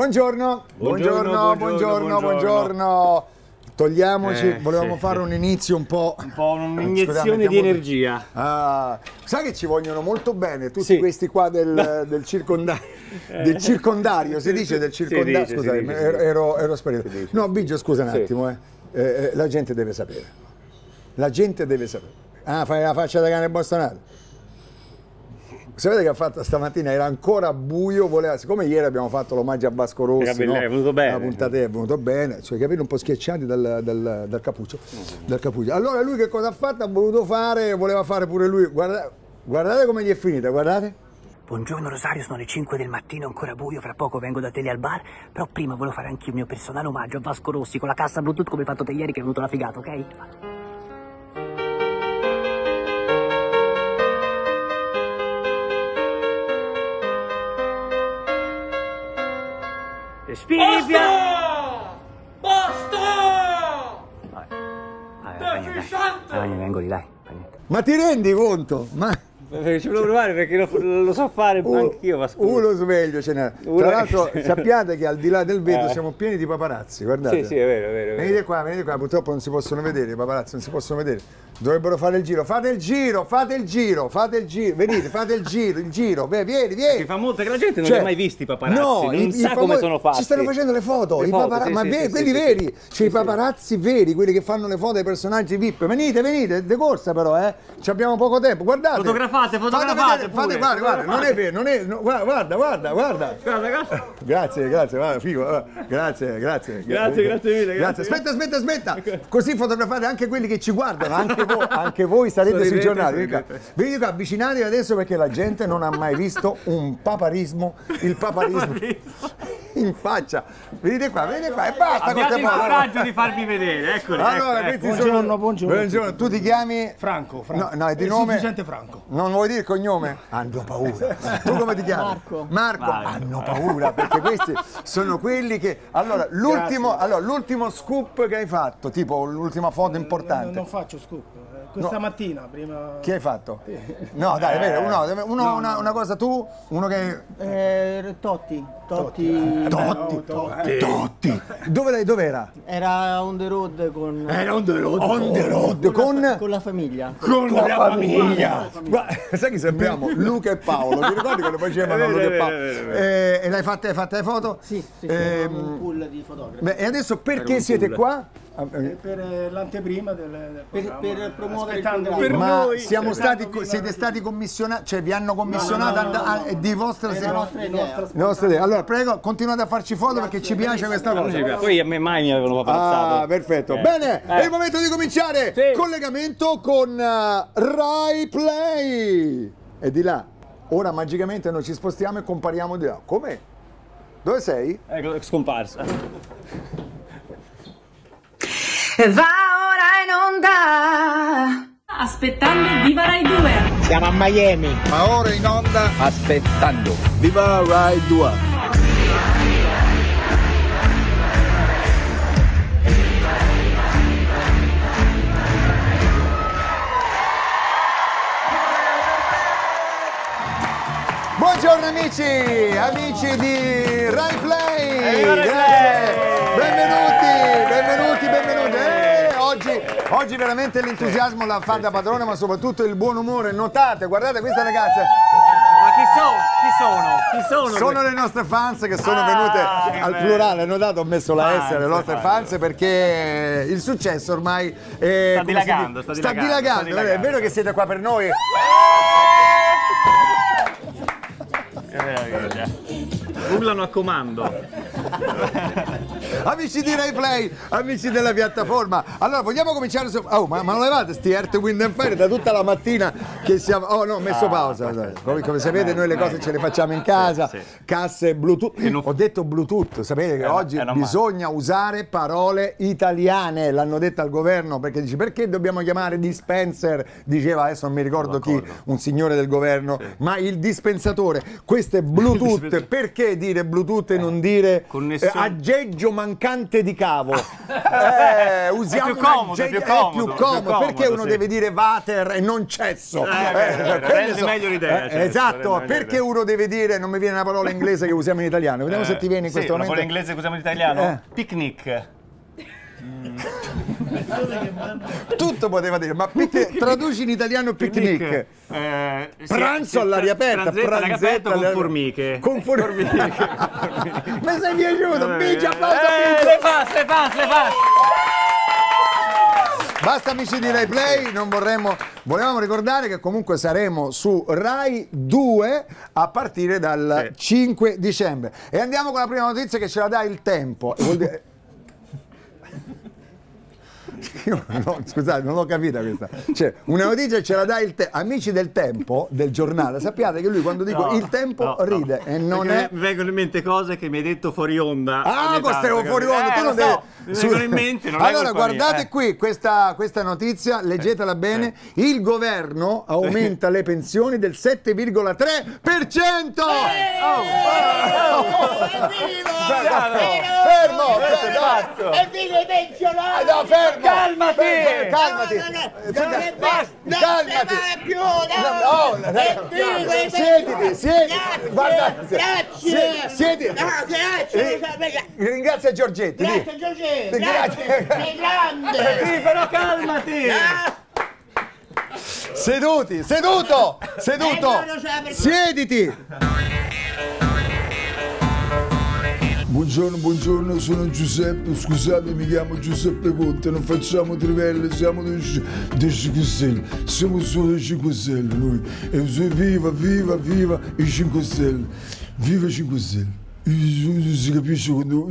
Buongiorno. Togliamoci, volevamo fare un inizio un po'... un'iniezione di energia. Sai che ci vogliono molto bene tutti questi qua del circondario, si dice del circondario? Scusa, ero sparito. No, Biggio, scusa un attimo, la gente deve sapere. Ah, fai la faccia da cane bostonato. Sapete che ha fatto stamattina? Era ancora buio, siccome ieri abbiamo fatto l'omaggio a Vasco Rossi, no? È venuto bene. La puntata è venuto bene, cioè i capelli un po' schiacciati dal cappuccio. Allora lui che cosa ha fatto? Voleva fare pure lui. Guardate come gli è finita, guardate. Buongiorno Rosario, sono le 5 del mattino, ancora buio, fra poco vengo da te lì al bar, però prima volevo fare anche il mio personale omaggio a Vasco Rossi con la cassa Bluetooth come hai fatto te ieri che è venuto la figata, ok? Basta! Dai, vengo lì, dai. Ma ti rendi conto? Ci volevo provare perché lo so fare anch'io. Uno sveglio ce n'è. Tra l'altro sappiate che al di là del vetro siamo pieni di paparazzi, guardate. Sì, è vero. Venite qua, purtroppo non si possono vedere, i paparazzi non si possono vedere. Dovrebbero fare il giro, fate il giro, venite, fate il giro, vieni. Che fa molto che la gente non li ha mai visti i paparazzi, non sa come sono fatti. Ci stanno facendo le foto, quelli veri, cioè i paparazzi veri, quelli che fanno le foto ai personaggi VIP. Venite, de corsa però, ci abbiamo poco tempo, guardate. Fotografate guarda, non è vero, guarda. Grazie, guarda, figo, grazie mille. Grazie. Aspetta. Così fotografate anche quelli che ci guardano, anche voi sarete sui giornali. Venite qua, avvicinatevi adesso perché la gente non ha mai visto un paparismo, il paparismo in faccia. Venite qua e basta. Abbiate il coraggio di farvi vedere, eccoli. Allora, buongiorno. Tu ti chiami? Franco. No, è di nome? Sufficiente Franco. Non vuoi dire il cognome? Hanno paura. Tu come ti chiami? Marco. Hanno paura perché questi sono quelli che... Allora, l'ultimo scoop che hai fatto, tipo l'ultima foto importante. Non faccio scoop. Questa mattina, prima... Chi hai fatto? No, dai, è vero. Una cosa tu, uno che... Totti. Dove era? Era on the road con... Con la famiglia. Con la famiglia! Guarda, sai chi sappiamo? Luca e Paolo, ti ricordi quando facevano Luca e Paolo? E l'hai fatta le foto? Sì, un pool di fotografi. E adesso perché siete qua? Per l'anteprima per promuovere il programma. Ma siete stati commissionati, cioè vi hanno commissionato di vostra idea. Allora prego, continuate a farci foto perché ci piace questa cosa. Poi a me mai mi avevano paparazzato. Perfetto. Bene, è il momento di cominciare. Collegamento con Rai Play. E di là, ora magicamente noi ci spostiamo e compariamo di là. Come? Dove sei? Ecco, è scomparsa. Va ora in onda, aspettando Viva Rai 2. Siamo a Miami. Ma ora in onda, aspettando Viva Rai 2. Buongiorno amici di Rai Play. Benvenuti. Oggi veramente l'entusiasmo la fa da padrone, ma soprattutto il buon umore. Notate, guardate queste ragazze. Ma chi sono? Sono le nostre fans che sono venute al plurale. Notate, ho messo la S alle nostre fans perché il successo ormai sta dilagando. È vero che siete qua per noi. Urlano a comando. Amici di Rai Play, amici della piattaforma, allora vogliamo cominciare ma non levate sti Earth, Wind and Fire da tutta la mattina che siamo... ho messo pausa. Come sapete noi le cose ce le facciamo in casa, casse Bluetooth. Ho detto Bluetooth, sapete che oggi bisogna usare parole italiane, l'hanno detto al governo, perché dice perché dobbiamo chiamare dispenser, diceva adesso non mi ricordo chi, un signore del governo, ma il dispensatore, questo è Bluetooth, perché dire Bluetooth e non dire aggeggio mancante di cavo. Usiamo È più comodo, è più comodo. Perché uno deve dire water e non cesso? Rende meglio l'idea. Esatto, perché uno deve dire, non mi viene una parola inglese che usiamo in italiano, vediamo se ti viene in questo momento. Una parola inglese che usiamo in italiano? Picnic. Tutto poteva dire, ma traduci in italiano picnic. Pranzo all'aria aperta, pranzetto con formiche. Con formiche. Mi sei piaciuto, Biggio, applauso. Le fa. Basta amici di Rai Play, volevamo ricordare che comunque saremo su Rai 2 a partire dal 5 dicembre. E andiamo con la prima notizia che ce la dà Il Tempo. Vuol dire... scusate, non l'ho capita questa. Cioè, una notizia ce la dà amici del Tempo, del giornale, sappiate che lui quando dico Il Tempo ride e non perché mi vengono in mente cose che mi hai detto fuori onda. Costevo fuori onda, tu non devi... Mi vengono in mente, non allora guardate qui questa notizia, leggetela bene. Il governo aumenta le pensioni del 7,3%. Fermo! Evviva i pensionati! No, fermo! Calmati! Siediti! Guarda! Siediti! Ringrazia Giorgetti! Grazie Giorgetti! Grazie! Sei grande! Sì, però calmati! Seduto! Siediti! Buongiorno, sono Giuseppe, scusate, mi chiamo Giuseppe Conte, non facciamo trivelle, siamo dei 5 Stelle, siamo solo dei 5 Stelle noi, e viva i 5 Stelle, viva i 5 Stelle, si capisce quando...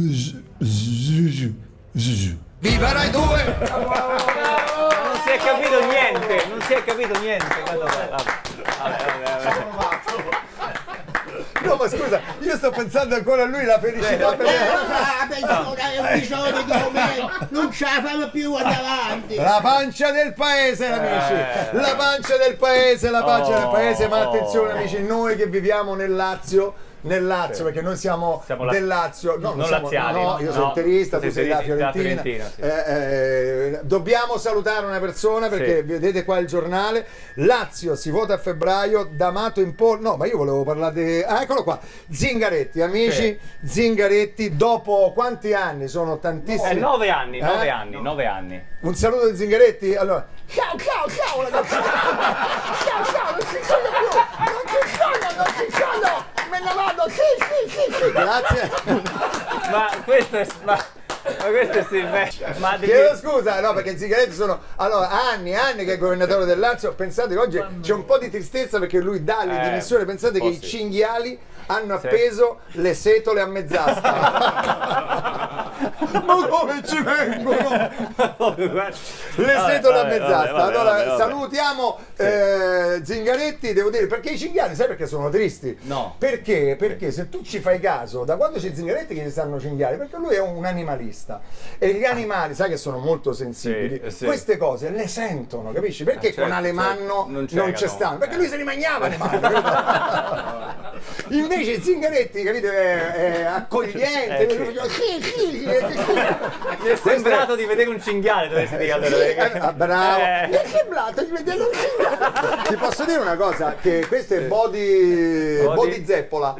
Viva Rai 2! Non si è capito niente, No, ma scusa, io sto pensando ancora a lui, la felicità per non ce la fanno più avanti. la pancia del paese, amici, la pancia del paese, ma attenzione amici, noi che viviamo nel Lazio, perché noi siamo del Lazio, non laziali, io sono interista, tu sei della Fiorentina, sì. Dobbiamo salutare una persona perché vedete qua il giornale, Lazio si vota a febbraio, D'Amato in pole, no ma io volevo parlare di... eccolo qua, Zingaretti, amici, Zingaretti dopo quanti anni? Sono tantissimi. 9 anni. Un saluto di Zingaretti, allora. Ciao, ragazzi. Ciao, non ci sono. Me ne vado, sì. Grazie. Ma questo è Silvestro. Chiedo scusa, no, perché Zingaretti sono anni che è governatore del Lazio. Pensate che oggi c'è un po' di tristezza perché lui dà le dimissioni. Pensate che i cinghiali hanno appeso le setole a mezz'asta. Ma come ci vengono? Le setole a mezz'asta. Allora salutiamo Zingaretti, devo dire, perché i cinghiali, sai perché sono tristi? No. Perché? Perché se tu ci fai caso, da quando c'è Zingaretti che ci stanno cinghiali, perché lui è un animalista e gli animali, sai che sono molto sensibili, queste cose le sentono, capisci? Perché con Alemanno non ci stanno? Perché lui se li mangiava Alemanno. Invece Zingaretti, capite, è accogliente, Mi è sembrato di vedere un cinghiale, dovresti dire. Bravo, mi è sembrato di vedere un cinghiale. Ti posso dire una cosa, che questo è body zeppola.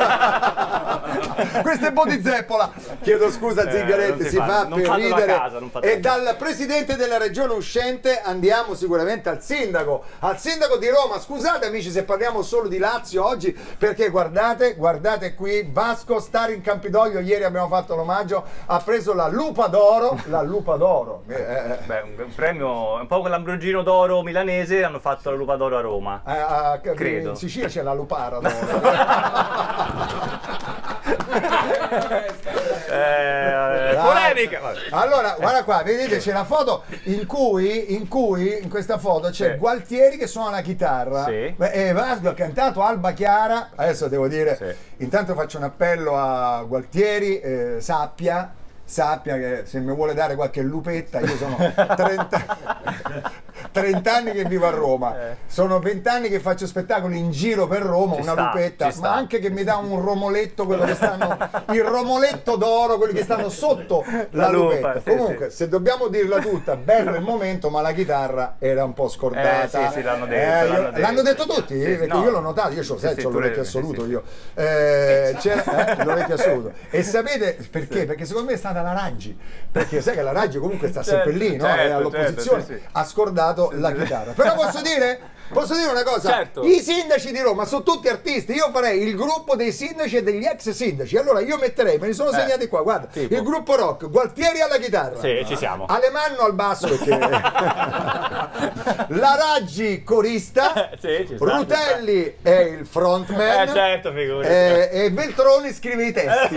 Questo è body zeppola. Chiedo scusa Zingaretti, si fa per ridere. E dal presidente della regione uscente andiamo sicuramente al sindaco di Roma. Scusate amici se parliamo solo di Lazio oggi, perché guardate qui, Vasco Stare in Campidoglio, ieri abbiamo fatto l'omaggio, ha preso la Lupa d'Oro. Beh, un premio, un po' con l'Ambrogino d'Oro milanese, hanno fatto la Lupa d'Oro a Roma. Credo. In Sicilia c'è la Lupara d'Oro. Polemica. Allora, guarda qua, vedete c'è la foto in cui in questa foto c'è Gualtieri che suona la chitarra e Vasco ha cantato Alba Chiara. Adesso devo dire, intanto faccio un appello a Gualtieri, sappia che se mi vuole dare qualche lupetta, io sono 30 anni che vivo a Roma, sono 20 anni che faccio spettacoli in giro per Roma, Ci una sta, lupetta, ci ma sta. anche che mi dà un romoletto, quello che stanno, il romoletto d'oro, quelli che stanno sotto la lupa, lupetta. sì, Comunque, se dobbiamo dirla tutta, bello il momento, ma la chitarra era un po' scordata. Sì, l'hanno detto. L'hanno detto tutti? Sì, Perché no. io l'ho notato, io c'ho l'orecchio assoluto, io. C'era l'orecchio assoluto. E sapete perché? Perché secondo me è stata la Raggi, perché sai che la Raggi comunque sta sempre lì, no? È all'opposizione, sì. ha scordato la chitarra. Però posso dire una cosa? Certo. I sindaci di Roma sono tutti artisti, io farei il gruppo dei sindaci e degli ex sindaci. Allora io metterei, me li sono segnati qua, guarda, tipo? il gruppo rock, Gualtieri alla chitarra. Sì, ci siamo. Alemanno al basso perché la Raggi corista, Sì, ci sta, Rutelli è il frontman, certo, figurati. e Veltroni scrive i testi.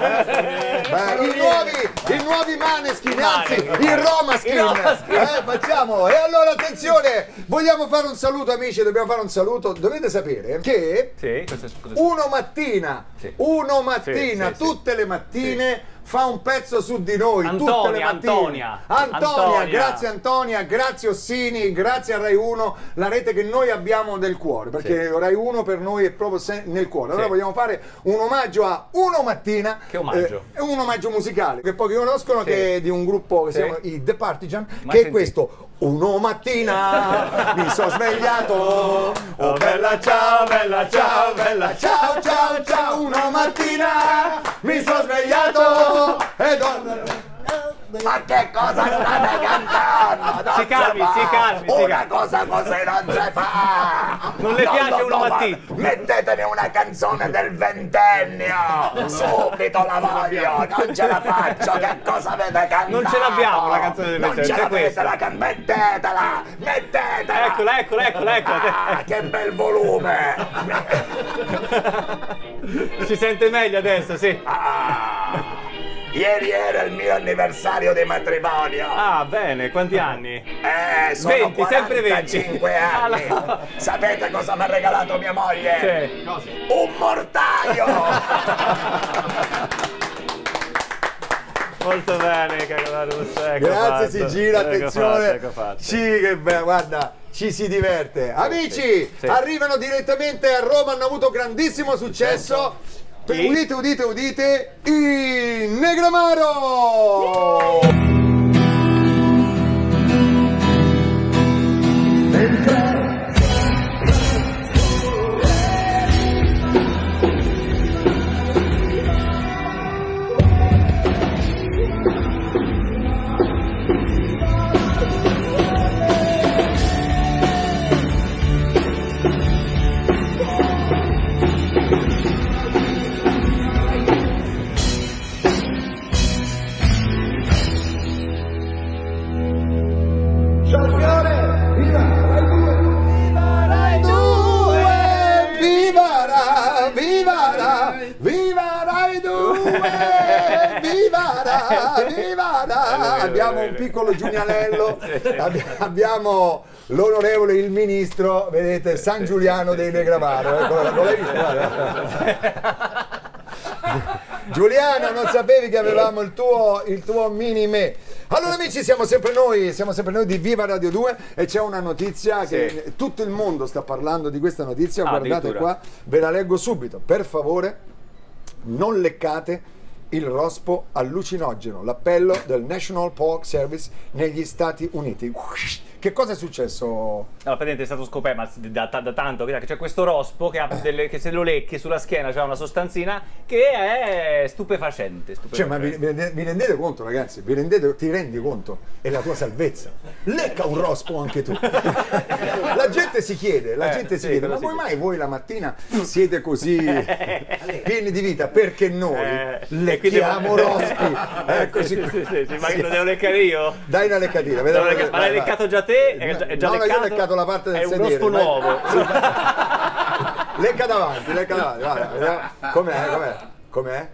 I nuovi Maneskin, anzi il Romaskin. Facciamolo. E allora attenzione, vogliamo fare un saluto amici, dobbiamo fare un saluto. Dovete sapere che Sì, uno mattina, Sì, sì. tutte le mattine fa un pezzo su di noi, tutte le mattine. Antonia. Grazie Antonia, grazie Ossini, grazie a Rai 1, la rete che noi abbiamo del cuore, perché Rai 1 per noi è proprio nel cuore. Allora vogliamo fare un omaggio a Uno Mattina. Che omaggio? È un omaggio musicale che pochi conoscono, che è di un gruppo che si chiama i The Partisan, Ma che è senti. questo. Uno mattina mi sono svegliato, oh bella ciao, bella ciao, bella ciao, ciao, ciao. Una mattina mi sono svegliato e ma che cosa state cantando? Si calmi. Una cosa così non si fa. Non le piace Uno Mattina? Mettetemi una canzone del ventennio. Subito la voglio, non ce la faccio. Che cosa avete cantato? Non ce l'abbiamo la canzone del Non ce ventennio, è l'avete questa. mettetela. Eccola. Ah, che bel volume. Si sente meglio adesso, sì. Ieri era il mio anniversario di matrimonio. Ah, bene, quanti anni? Sono 20, sempre 20. 45 anni. Allora. Sapete cosa mi ha regalato mia moglie? Sì. Un mortaio. Molto bene, Cacolarusso. Grazie, si gira, attenzione. Ecco fatto. Sì, che bello, guarda, ci si diverte. Amici, sì. arrivano direttamente a Roma, hanno avuto grandissimo successo. Sì. Udite, i Negramaro! Abbiamo un piccolo Giunianello, abbiamo l'onorevole, il ministro, vedete, San Giuliano dei Negramaro. Lo l'hai visto? Guarda. Giuliano, non sapevi che avevamo il tuo mini me. Allora amici, siamo sempre noi di Viva Radio 2 e c'è una notizia che tutto il mondo sta parlando di questa notizia, guardate qua, ve la leggo subito. Per favore, non leccate il rospo allucinogeno, l'appello del National Park Service negli Stati Uniti. Che cosa è successo? No, praticamente è stato scoperto da tanto che c'è questo rospo che, che se lo lecchi sulla schiena c'è una sostanzina che è stupefacente. Cioè, ma vi rendete conto, ragazzi? Ti rendi conto? È la tua salvezza. Lecca un rospo anche tu. La gente si chiede, ma come mai voi la mattina siete così pieni di vita? Perché noi lecchiamo rospi. Eccoci qui. Sì, ma lo devo leccare io? Dai una leccatina. Ma l'hai leccato già te? È già leccato? Io ho leccato la parte del sedere. È un rospo nuovo. Lecca davanti, guarda, com'è?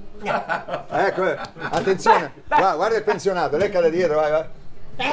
Ecco, attenzione, guarda il pensionato, lecca da dietro, vai.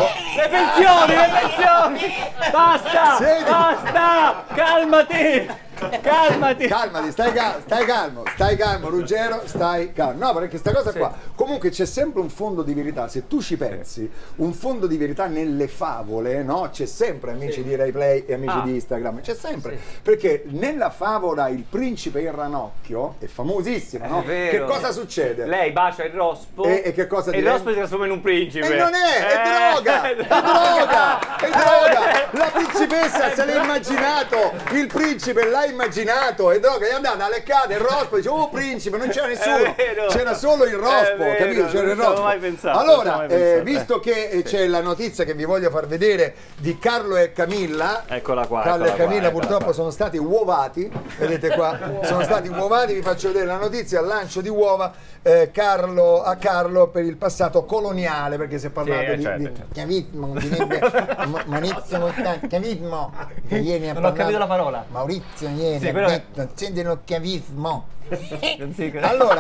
Le pensioni! Basta! Calmati! Calmati. Calmati, stai calmo, Ruggero, stai calmo. No, perché sta cosa qua, comunque c'è sempre un fondo di verità, se tu ci pensi, un fondo di verità nelle favole, no? C'è sempre, amici di Rai Play e amici di Instagram, c'è sempre, perché nella favola Il principe e il ranocchio, è famosissima, no? Che cosa succede? Lei bacia il rospo e che cosa il rospo si trasforma in un principe. E non è droga! È droga! La principessa se l'ha immaginato, il principe l'ha immaginato, è droga, è andata a leccare il rospo, dice oh principe, non c'era nessuno, c'era solo il rospo, capito? C'era il rospo. Mai pensato, allora, visto che c'è la notizia che vi voglio far vedere di Carlo e Camilla, eccola qua. Carlo e Camilla purtroppo sono stati uovati, vedete qua, sono stati uovati, vi faccio vedere la notizia, al lancio di uova a Carlo per il passato coloniale, perché si è parlato di chiavismo, direbbe Maurizio chiavismo, che ieri non ho capito la parola. Maurizio ieri ha detto accendi lo chiavismo. Allora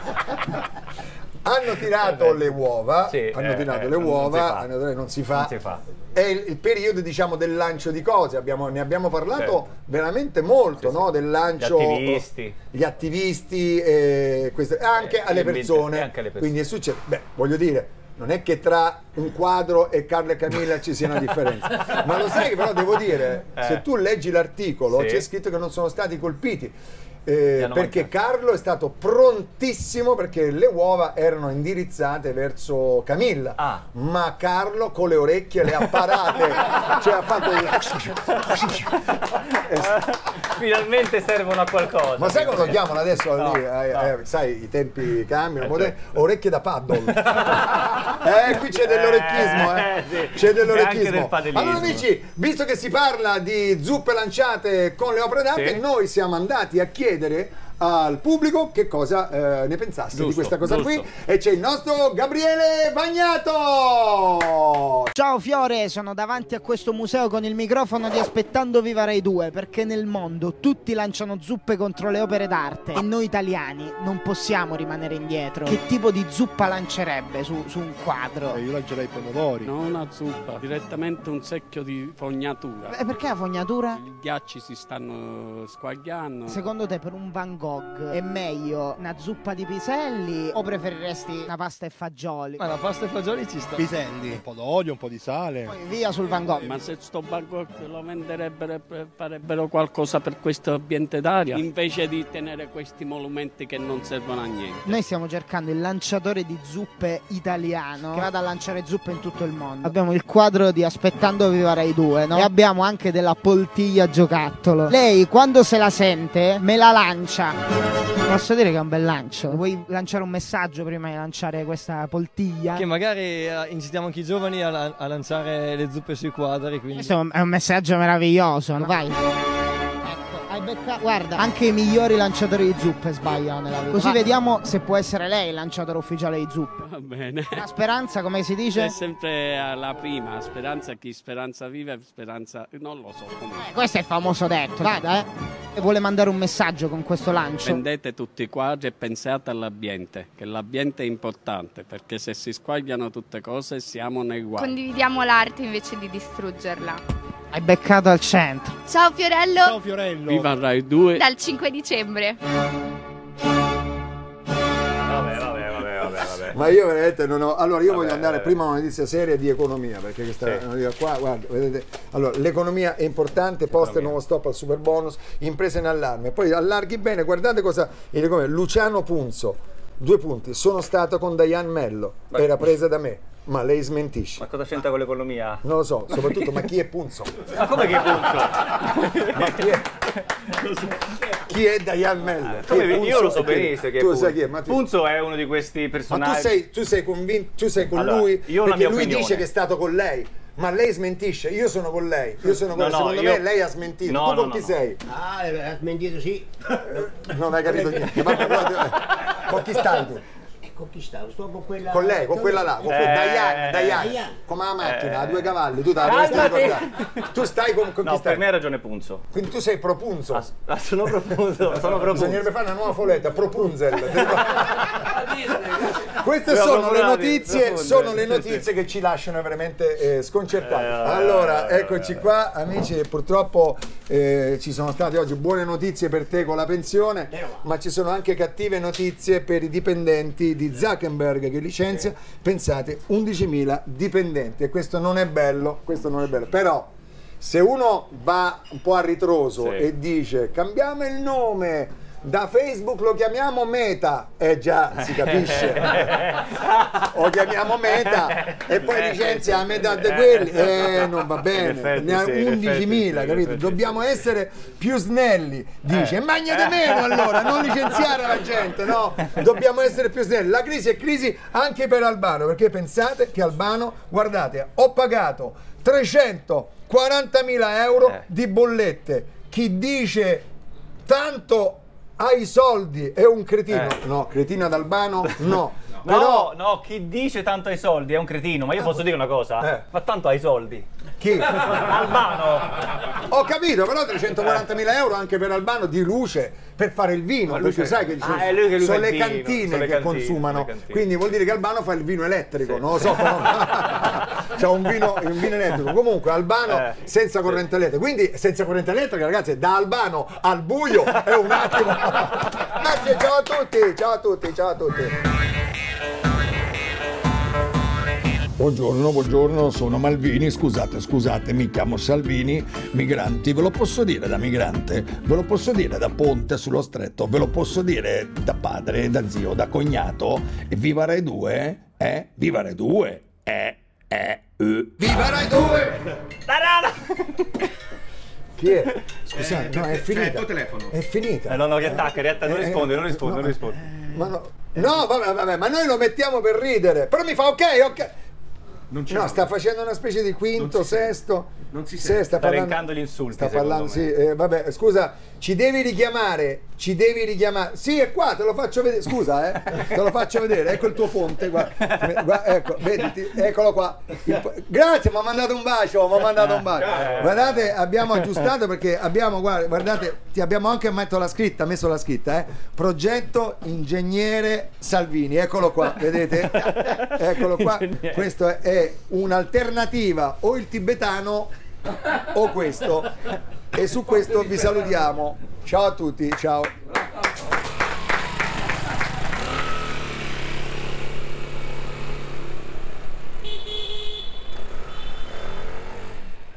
hanno tirato le uova, non si fa. È il periodo, diciamo, del lancio di cose, ne abbiamo parlato veramente molto, no? Del lancio, gli attivisti anche alle persone, quindi è successo, voglio dire, non è che tra un quadro e Carlo e Camilla ci sia una differenza, ma lo sai che però devo dire, se tu leggi l'articolo c'è scritto che non sono stati colpiti. Perché Carlo è stato prontissimo, perché le uova erano indirizzate verso Camilla, ma Carlo con le orecchie le ha parate, cioè ha fatto finalmente servono a qualcosa. Ma sai come lo chiamano adesso? Sai, i tempi cambiano, orecchie da paddle. Qui c'è dell'orecchismo, c'è dell'orecchismo. Allora amici, visto che si parla di zuppe lanciate con le opere d'arte, noi siamo andati a chiedere al pubblico che cosa ne pensasse di questa cosa qui, e c'è il nostro Gabriele Bagnato. Ciao Fiore, sono davanti a questo museo con il microfono di Aspettando Viva Rai 2, perché nel mondo tutti lanciano zuppe contro le opere d'arte e noi italiani non possiamo rimanere indietro. Che tipo di zuppa lancerebbe su un quadro? Io lancerei i pomodori. Non una zuppa, direttamente un secchio di fognatura. E perché la fognatura? I ghiacci si stanno squagliando. Secondo te per un Van Gogh è meglio una zuppa di piselli o preferiresti una pasta e fagioli? Ma la pasta e fagioli ci sta. Piselli. Un po' d'olio, un po' di sale. Poi via sul Van Gogh. Ma se sto Van Gogh lo venderebbero, farebbero qualcosa per questo ambiente d'aria, invece di tenere questi monumenti che non servono a niente. Noi stiamo cercando il lanciatore di zuppe italiano che vada a lanciare zuppe in tutto il mondo. Abbiamo il quadro di Aspettando Viva Rai 2, no? E abbiamo anche della poltiglia giocattolo. Lei quando se la sente me la lancia. Posso dire che è un bel lancio? Vuoi lanciare un messaggio prima di lanciare questa poltiglia? Che magari incitiamo anche i giovani a lanciare le zuppe sui quadri. Quindi... Questo è un messaggio meraviglioso, no? Vai. Guarda, anche i migliori lanciatori di zuppe sbagliano nella vita. Così vediamo se può essere lei il lanciatore ufficiale di zuppe. Va bene. La speranza, come si dice? È sempre la prima. Speranza, chi speranza vive, speranza... non lo so. Questo è il famoso detto. Vada, E vuole mandare un messaggio con questo lancio. Vendete tutti i quadri e pensate all'ambiente, che l'ambiente è importante, perché se si squagliano tutte cose siamo nei guai. Condividiamo l'arte invece di distruggerla. Hai beccato al centro. Ciao Fiorello. Ciao Fiorello. Viva Rai 2. Dal 5 dicembre. Vabbè. Ma io veramente non ho. Allora, io voglio andare prima a una notizia seria di economia, perché questa notizia qua, guarda, vedete. Allora, l'economia è importante, posta il nuovo stop al super bonus, imprese in allarme. Poi allarghi bene, guardate cosa. Luciano Punzo, 2 punti. Sono stato con Diane Mello, era presa da me. Ma lei smentisce. Ma cosa c'entra con l'economia? Non lo so, soprattutto, ma chi è Punzo? Ma come che Punzo? Ma chi è Diane Mello? Io lo so benissimo che tu sai chi è, Punzo è uno di questi personaggi. Ma tu sei convinto, tu sei con lui perché lui dice che è stato con lei. Ma lei smentisce, io sono con lei, secondo me lei ha smentito. Tu con chi sei? Ah, ha smentito, sì. Non hai capito niente. Con chi stai tu? Con chi stavo? Sto con quella. Con lei, con quella là, con Diane. Come la macchina, a 2 cavalli, tu tu stai con chi stai? Per me ha ragione Punzo. Quindi tu sei pro Punzo? Sono pro Punzo. Bisognerebbe fare una nuova foletta, pro Punzel. Queste sono le notizie che ci lasciano veramente sconcertati. Allora, eccoci qua, amici, purtroppo ci sono state oggi buone notizie per te con la pensione, ma ci sono anche cattive notizie per i dipendenti di Zuckerberg che licenzia, pensate, 11.000 dipendenti, e questo non è bello, però se uno va un po' a ritroso e dice cambiamo il nome, da Facebook lo chiamiamo Meta, già si capisce, o chiamiamo Meta e poi licenzia a metà di quelli, non va bene, ne ha 11.000, capito? Dobbiamo essere più snelli, dice, magnate meno allora, non licenziare la gente, no? Dobbiamo essere più snelli. La crisi è crisi anche per Albano, perché pensate che Albano, guardate, ho pagato 340.000 euro di bollette, chi dice tanto hai soldi è un cretino. No, cretino ad Albano no. Però... no, chi dice tanto hai soldi è un cretino, ma io posso dire una cosa? Ma tanto hai soldi. Chi? Albano. Ho capito, però 340.000 euro anche per Albano di luce per fare il vino, perché sai che sono le cantine che consumano, quindi vuol dire che Albano fa il vino elettrico, non lo so, c'ha un vino elettrico. Comunque Albano senza corrente elettrica, quindi senza corrente elettrica, ragazzi, da Albano al buio è un attimo. Grazie, ciao a tutti. Buongiorno, sono Malvini, scusate, mi chiamo Salvini, migranti, ve lo posso dire da migrante, ve lo posso dire da ponte sullo stretto, ve lo posso dire da padre, da zio, da cognato, e viva Rai 2, viva Rai 2, Viva Rai 2! Chi è? Scusate, no, è finita. il tuo telefono. È finita. No, che attacca, non risponde. Ma no, vabbè, ma noi lo mettiamo per ridere. Però mi fa ok. No, sta facendo una specie di quinto, sesto. Non si sente. Sta elencando gli insulti. Sta parlando, sì. Vabbè, scusa, ci devi richiamare. Sì, è qua, te lo faccio vedere. Scusa, te lo faccio vedere. Ecco il tuo ponte, guarda, ecco, vedi, eccolo qua. Grazie, mi ha mandato un bacio. Guardate, abbiamo aggiustato perché guardate, ti abbiamo anche messo la scritta, Progetto Ingegnere Salvini. Eccolo qua, vedete? Eccolo qua. Questo è un'alternativa, o il tibetano o questo, e su questo vi salutiamo. Ciao a tutti, ciao.